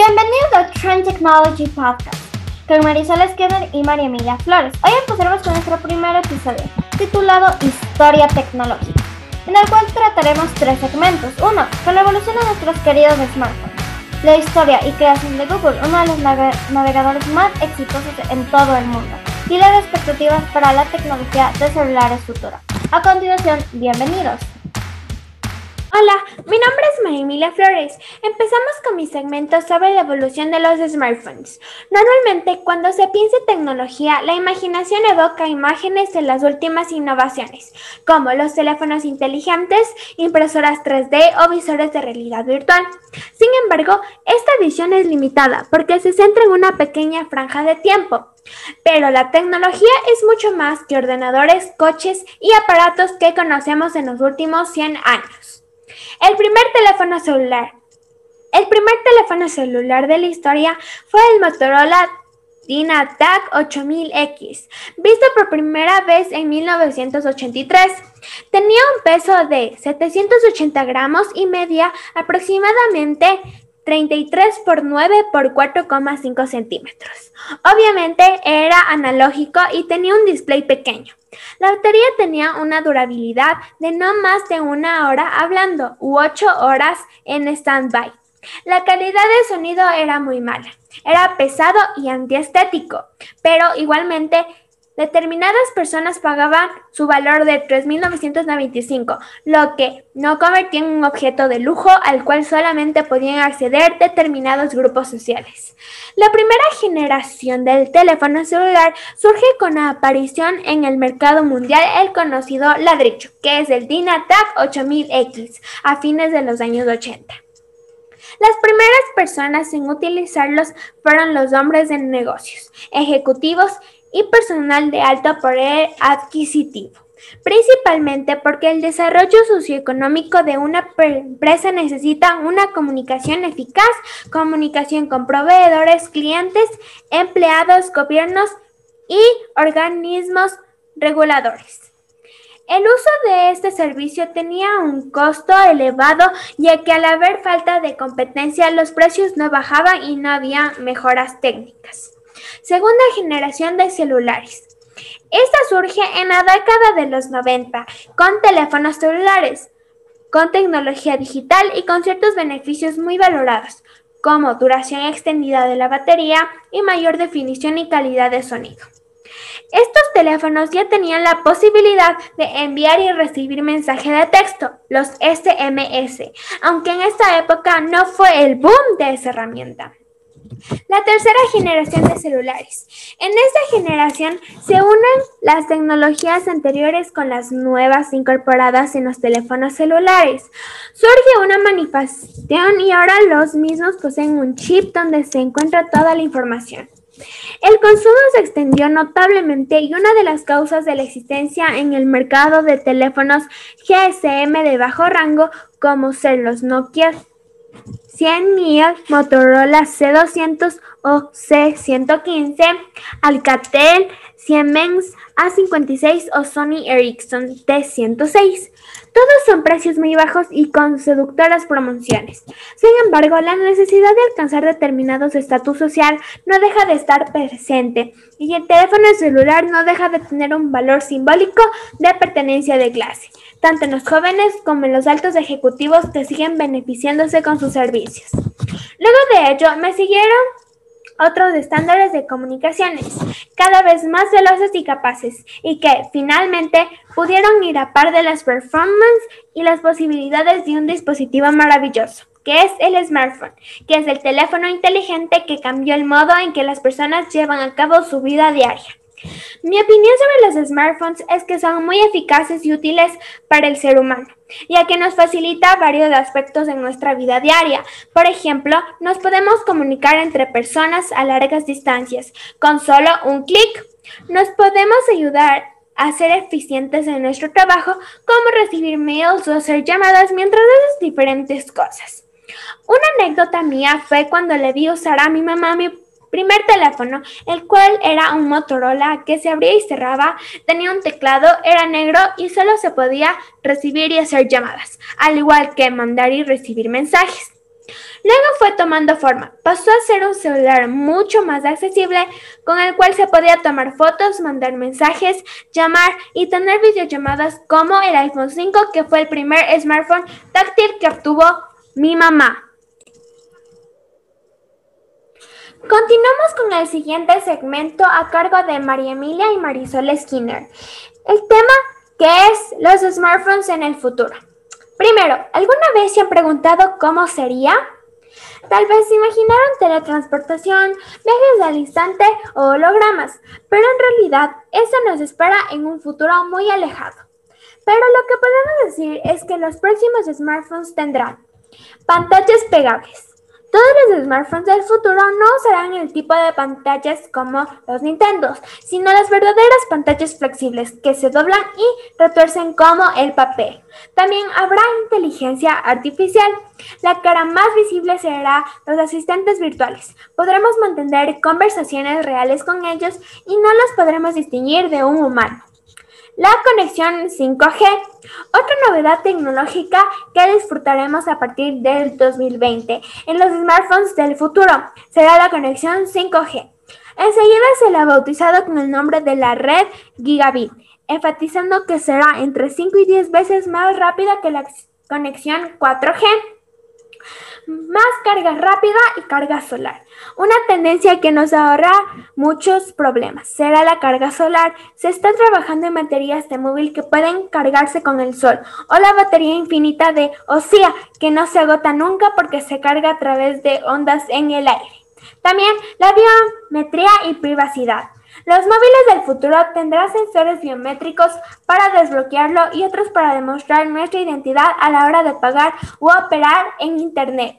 Bienvenidos al Trend Technology Podcast con Marisol Esquener y María Emilia Flores. Hoy empezaremos con nuestro primer episodio titulado Historia Tecnológica, en el cual trataremos tres segmentos. Uno, con la evolución de nuestros queridos smartphones, la historia y creación de Google, uno de los navegadores más exitosos en todo el mundo, y las expectativas para la tecnología de celulares futura. A continuación, bienvenidos. Hola, mi nombre es María Emilia Flores. Empezamos con mi segmento sobre la evolución de los smartphones. Normalmente, cuando se piensa en tecnología, la imaginación evoca imágenes de las últimas innovaciones, como los teléfonos inteligentes, impresoras 3D o visores de realidad virtual. Sin embargo, esta visión es limitada porque se centra en una pequeña franja de tiempo. Pero la tecnología es mucho más que ordenadores, coches y aparatos que conocemos en los últimos 100 años. El primer teléfono celular de la historia fue el Motorola DynaTAC 8000X, visto por primera vez en 1983. Tenía un peso de 780 gramos y medía aproximadamente 33 por 9 por 4,5 centímetros. Obviamente era analógico y tenía un display pequeño. La batería tenía una durabilidad de no más de 1 hora hablando u 8 horas en stand-by. La calidad de sonido era muy mala, era pesado y antiestético, pero igualmente determinadas personas pagaban su valor de $3,995, lo que no convertía en un objeto de lujo al cual solamente podían acceder determinados grupos sociales. La primera generación del teléfono celular surge con la aparición en el mercado mundial el conocido ladrillo, que es el DynaTAC 8000X, a fines de los años 80. Las primeras personas en utilizarlos fueron los hombres de negocios, ejecutivos y personal de alto poder adquisitivo, principalmente porque el desarrollo socioeconómico de una empresa necesita una comunicación eficaz, comunicación con proveedores, clientes, empleados, gobiernos y organismos reguladores. El uso de este servicio tenía un costo elevado, ya que al haber falta de competencia los precios no bajaban y no había mejoras técnicas. Segunda generación de celulares. Esta surge en la década de los 90 con teléfonos celulares, con tecnología digital y con ciertos beneficios muy valorados, como duración extendida de la batería y mayor definición y calidad de sonido. Estos teléfonos ya tenían la posibilidad de enviar y recibir mensaje de texto, los SMS, aunque en esta época no fue el boom de esa herramienta. La tercera generación de celulares. En esta generación se unen las tecnologías anteriores con las nuevas incorporadas en los teléfonos celulares. Surge una manifestación y ahora los mismos poseen un chip donde se encuentra toda la información. El consumo se extendió notablemente y una de las causas de la existencia en el mercado de teléfonos GSM de bajo rango, como ser los Nokia 100.000, Motorola C200 o C115, Alcatel, Siemens A56 o Sony Ericsson T106. Todos son precios muy bajos y con seductoras promociones. Sin embargo, la necesidad de alcanzar determinados estatus social no deja de estar presente y el teléfono celular no deja de tener un valor simbólico de pertenencia de clase, tanto en los jóvenes como en los altos ejecutivos que siguen beneficiándose con sus servicios. Luego de ello, me siguieron otros estándares de comunicaciones, cada vez más veloces y capaces, y que finalmente pudieron ir a par de las performances y las posibilidades de un dispositivo maravilloso, que es el smartphone, que es el teléfono inteligente que cambió el modo en que las personas llevan a cabo su vida diaria. Mi opinión sobre los smartphones es que son muy eficaces y útiles para el ser humano, ya que nos facilita varios aspectos en nuestra vida diaria. Por ejemplo, nos podemos comunicar entre personas a largas distancias con solo un clic. Nos podemos ayudar a ser eficientes en nuestro trabajo, como recibir mails o hacer llamadas mientras haces diferentes cosas. Una anécdota mía fue cuando le vi usar a mi mamá mi primer teléfono, el cual era un Motorola que se abría y cerraba, tenía un teclado, era negro y solo se podía recibir y hacer llamadas, al igual que mandar y recibir mensajes. Luego fue tomando forma, pasó a ser un celular mucho más accesible con el cual se podía tomar fotos, mandar mensajes, llamar y tener videollamadas como el iPhone 5, que fue el primer smartphone táctil que obtuvo mi mamá. Continuamos con el siguiente segmento a cargo de María Emilia y Marisol Skinner. El tema que es los smartphones en el futuro. Primero, ¿alguna vez se han preguntado cómo sería? Tal vez se imaginaron teletransportación, viajes al instante o hologramas, pero en realidad eso nos espera en un futuro muy alejado. Pero lo que podemos decir es que los próximos smartphones tendrán pantallas pegables. Todos los smartphones del futuro no usarán el tipo de pantallas como los Nintendos, sino las verdaderas pantallas flexibles que se doblan y retuercen como el papel. También habrá inteligencia artificial. La cara más visible será los asistentes virtuales. Podremos mantener conversaciones reales con ellos y no los podremos distinguir de un humano. La conexión 5G, otra novedad tecnológica que disfrutaremos a partir del 2020 en los smartphones del futuro, será la conexión 5G. Enseguida se la ha bautizado con el nombre de la red Gigabit, enfatizando que será entre 5 y 10 veces más rápida que la conexión 4G. Más carga rápida y carga solar. Una tendencia que nos ahorra muchos problemas será la carga solar. Se está trabajando en baterías de móvil que pueden cargarse con el sol o la batería infinita de Osea, que no se agota nunca porque se carga a través de ondas en el aire. También la biometría y privacidad. Los móviles del futuro tendrán sensores biométricos para desbloquearlo y otros para demostrar nuestra identidad a la hora de pagar o operar en Internet.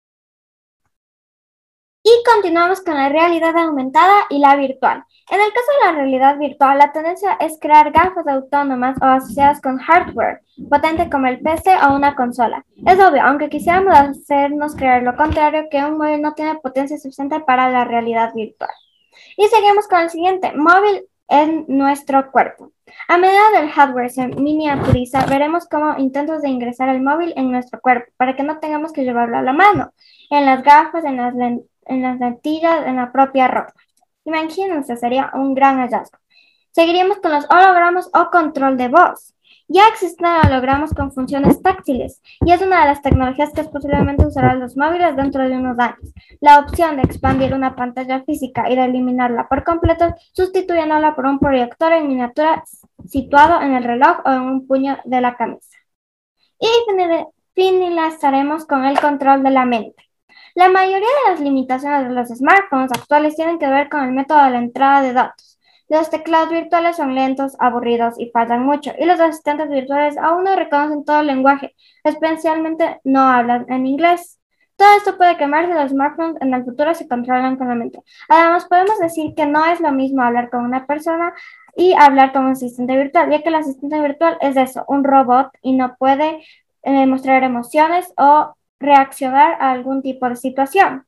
Y continuamos con la realidad aumentada y la virtual. En el caso de la realidad virtual, la tendencia es crear gafas autónomas o asociadas con hardware potente como el PC o una consola. Es obvio, aunque quisiéramos hacernos creer lo contrario, que un móvil no tiene potencia suficiente para la realidad virtual. Y seguimos con el siguiente, móvil en nuestro cuerpo. A medida del hardware se miniaturiza, veremos cómo intentos de ingresar el móvil en nuestro cuerpo para que no tengamos que llevarlo a la mano, en las gafas, en las lentillas, en la propia ropa. Imagínense, sería un gran hallazgo. Seguiríamos con los hologramas o control de voz. Ya existen hologramas con funciones táctiles y es una de las tecnologías que posiblemente usarán los móviles dentro de unos años. La opción de expandir una pantalla física y de eliminarla por completo, sustituyéndola por un proyector en miniatura situado en el reloj o en un puño de la camisa. Y finalizaremos con el control de la mente. La mayoría de las limitaciones de los smartphones actuales tienen que ver con el método de la entrada de datos. Los teclados virtuales son lentos, aburridos y fallan mucho, y los asistentes virtuales aún no reconocen todo el lenguaje, especialmente no hablan en inglés. Todo esto puede quemarse los smartphones en el futuro si controlan con la mente. Además, podemos decir que no es lo mismo hablar con una persona y hablar con un asistente virtual, ya que el asistente virtual es eso, un robot y no puede mostrar emociones o reaccionar a algún tipo de situación.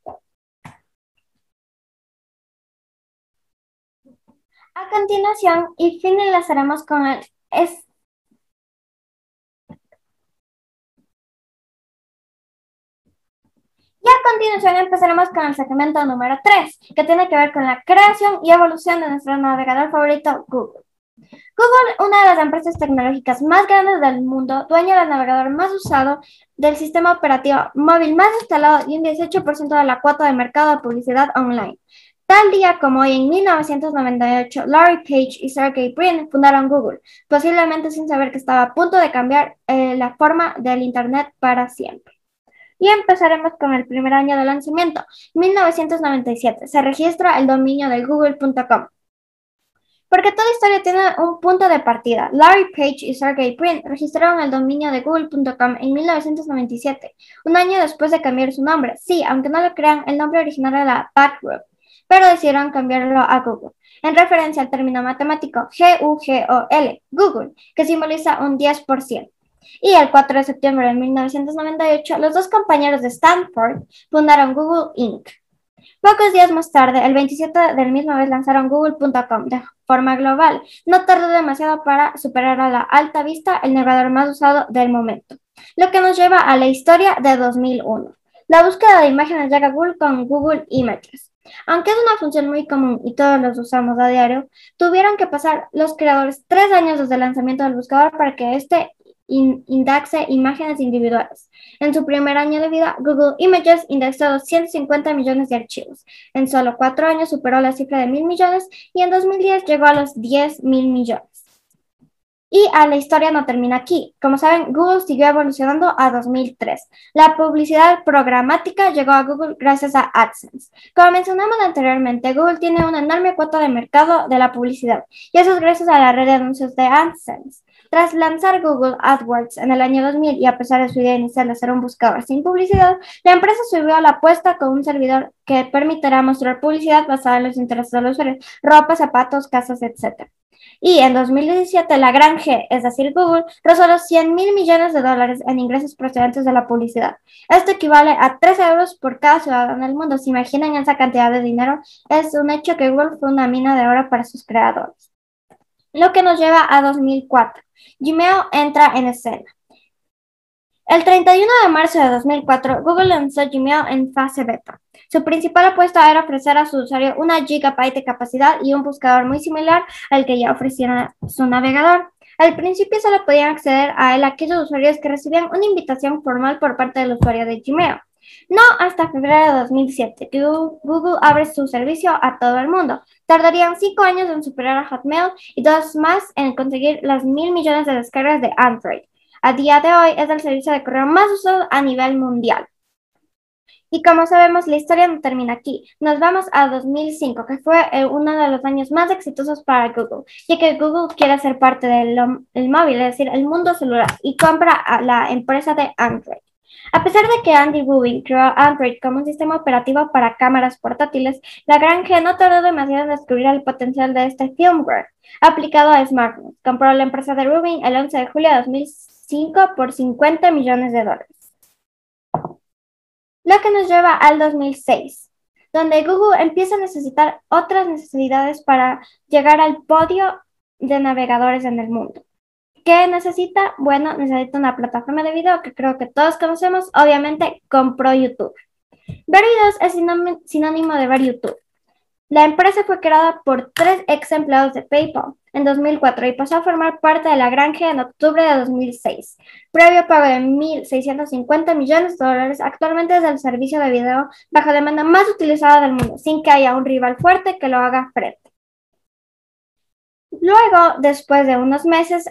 A continuación, y finalizaremos con el Y a continuación empezaremos con el segmento número 3, que tiene que ver con la creación y evolución de nuestro navegador favorito, Google. Google, una de las empresas tecnológicas más grandes del mundo, dueña del navegador más usado, del sistema operativo móvil más instalado y un 18% de la cuota de mercado de publicidad online. Tal día como hoy, en 1998, Larry Page y Sergey Brin fundaron Google, posiblemente sin saber que estaba a punto de cambiar la forma del Internet para siempre. Y empezaremos con el primer año de lanzamiento, 1997. Se registra el dominio de google.com. Porque toda historia tiene un punto de partida. Larry Page y Sergey Brin registraron el dominio de google.com en 1997, un año después de cambiar su nombre. Sí, aunque no lo crean, el nombre original era Backrub, pero decidieron cambiarlo a Google, en referencia al término matemático G-U-G-O-L, Google, que simboliza un 10%. Y el 4 de septiembre de 1998, los dos compañeros de Stanford fundaron Google Inc. Pocos días más tarde, el 27 del mismo mes, lanzaron Google.com de forma global. No tardó demasiado para superar a la Alta Vista, el navegador más usado del momento. Lo que nos lleva a la historia de 2001. La búsqueda de imágenes llega a Google con Google Images. Aunque es una función muy común y todos los usamos a diario, tuvieron que pasar los creadores 3 años desde el lanzamiento del buscador para que indexe imágenes individuales. En su primer año de vida, Google Images indexó 250 millones de archivos. En solo 4 años superó la cifra de 1.000 millones y en 2010 llegó a los 10.000 millones. Y la historia no termina aquí. Como saben, Google siguió evolucionando a 2003. La publicidad programática llegó a Google gracias a AdSense. Como mencionamos anteriormente, Google tiene una enorme cuota de mercado de la publicidad, y eso es gracias a la red de anuncios de AdSense. Tras lanzar Google AdWords en el año 2000 y a pesar de su idea inicial de ser un buscador sin publicidad, la empresa subió a la apuesta con un servidor que permitirá mostrar publicidad basada en los intereses de los usuarios, ropa, zapatos, casas, etc. Y en 2017, la gran G, es decir, Google, rozó los 100.000 millones de dólares en ingresos procedentes de la publicidad. Esto equivale a 3 euros por cada ciudadano del mundo. ¿Se imaginan esa cantidad de dinero? Es un hecho que Google fue una mina de oro para sus creadores. Lo que nos lleva a 2004. Gmail entra en escena. El 31 de marzo de 2004, Google lanzó Gmail en fase beta. Su principal apuesta era ofrecer a su usuario 1 GB de capacidad y un buscador muy similar al que ya ofrecía su navegador. Al principio solo podían acceder a él aquellos usuarios que recibían una invitación formal por parte del usuario de Gmail. No hasta febrero de 2007, que Google abre su servicio a todo el mundo. Tardarían 5 años en superar a Hotmail y 2 más en conseguir las 1.000 millones de descargas de Android. A día de hoy es el servicio de correo más usado a nivel mundial. Y como sabemos, la historia no termina aquí. Nos vamos a 2005, que fue uno de los años más exitosos para Google, ya que Google quiere ser parte del móvil, es decir, el mundo celular, y compra a la empresa de Android. A pesar de que Andy Rubin creó Android como un sistema operativo para cámaras portátiles, la gran G no tardó demasiado en descubrir el potencial de este firmware aplicado a smartphones. Compró la empresa de Rubin el 11 de julio de 2005 por $50 millones. Lo que nos lleva al 2006, donde Google empieza a necesitar otras necesidades para llegar al podio de navegadores en el mundo. ¿Qué necesita? Bueno, necesita una plataforma de video que creo que todos conocemos. Obviamente, compró YouTube. Ver videos es sinónimo de ver YouTube. La empresa fue creada por 3 ex empleados de PayPal en 2004 y pasó a formar parte de la gran G en octubre de 2006. Previo pago de $1.650 millones, actualmente es el servicio de video bajo demanda más utilizado del mundo, sin que haya un rival fuerte que lo haga frente. Luego, después de unos meses,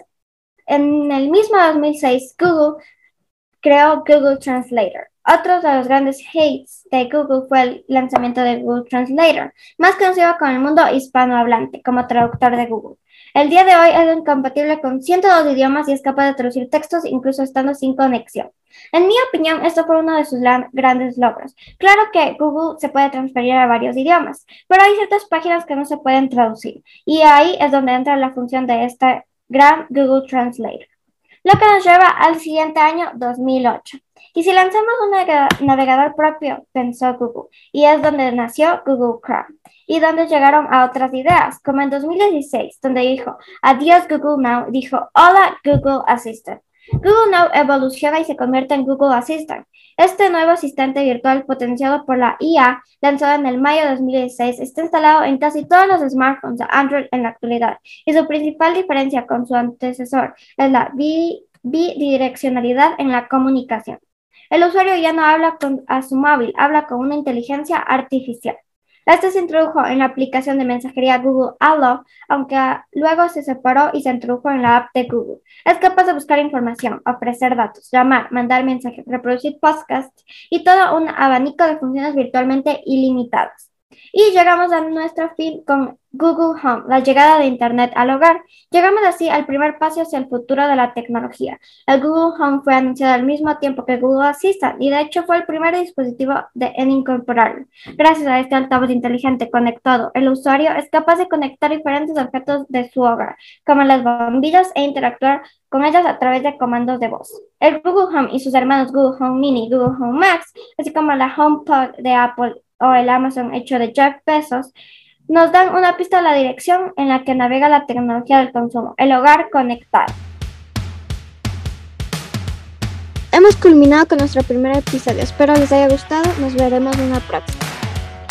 en el mismo 2006, Google creó Google Translator. Otro de los grandes hits de Google fue el lanzamiento de Google Translator, más conocido con el mundo hispanohablante como traductor de Google. El día de hoy es compatible con 102 idiomas y es capaz de traducir textos incluso estando sin conexión. En mi opinión, esto fue uno de sus grandes logros. Claro que Google se puede transferir a varios idiomas, pero hay ciertas páginas que no se pueden traducir, y ahí es donde entra la función de esta gran Google Translator. Lo que nos lleva al siguiente año, 2008. ¿Y si lanzamos un navegador propio?, pensó Google, y es donde nació Google Chrome, y donde llegaron a otras ideas, como en 2016, donde dijo, adiós Google Now, dijo, hola Google Assistant. Google Now evoluciona y se convierte en Google Assistant. Este nuevo asistente virtual potenciado por la IA, lanzado en el mayo de 2016, está instalado en casi todos los smartphones de Android en la actualidad, y su principal diferencia con su antecesor es la bidireccionalidad en la comunicación. El usuario ya no habla a su móvil, habla con una inteligencia artificial. Este se introdujo en la aplicación de mensajería Google Allo, aunque luego se separó y se introdujo en la app de Google. Es capaz de buscar información, ofrecer datos, llamar, mandar mensajes, reproducir podcasts y todo un abanico de funciones virtualmente ilimitadas. Y llegamos a nuestro fin con Google Home, la llegada de Internet al hogar. Llegamos así al primer paso hacia el futuro de la tecnología. El Google Home fue anunciado al mismo tiempo que Google Assistant y de hecho fue el primer dispositivo en incorporarlo. Gracias a este altavoz inteligente conectado, el usuario es capaz de conectar diferentes objetos de su hogar, como las bombillas, e interactuar con ellas a través de comandos de voz. El Google Home y sus hermanos Google Home Mini y Google Home Max, así como la HomePod de Apple o el Amazon hecho de Jeff Bezos, nos dan una pista de la dirección en la que navega la tecnología del consumo, el hogar conectado. hemos culminado con nuestro primer episodio. Espero les haya gustado. Nos veremos en la próxima.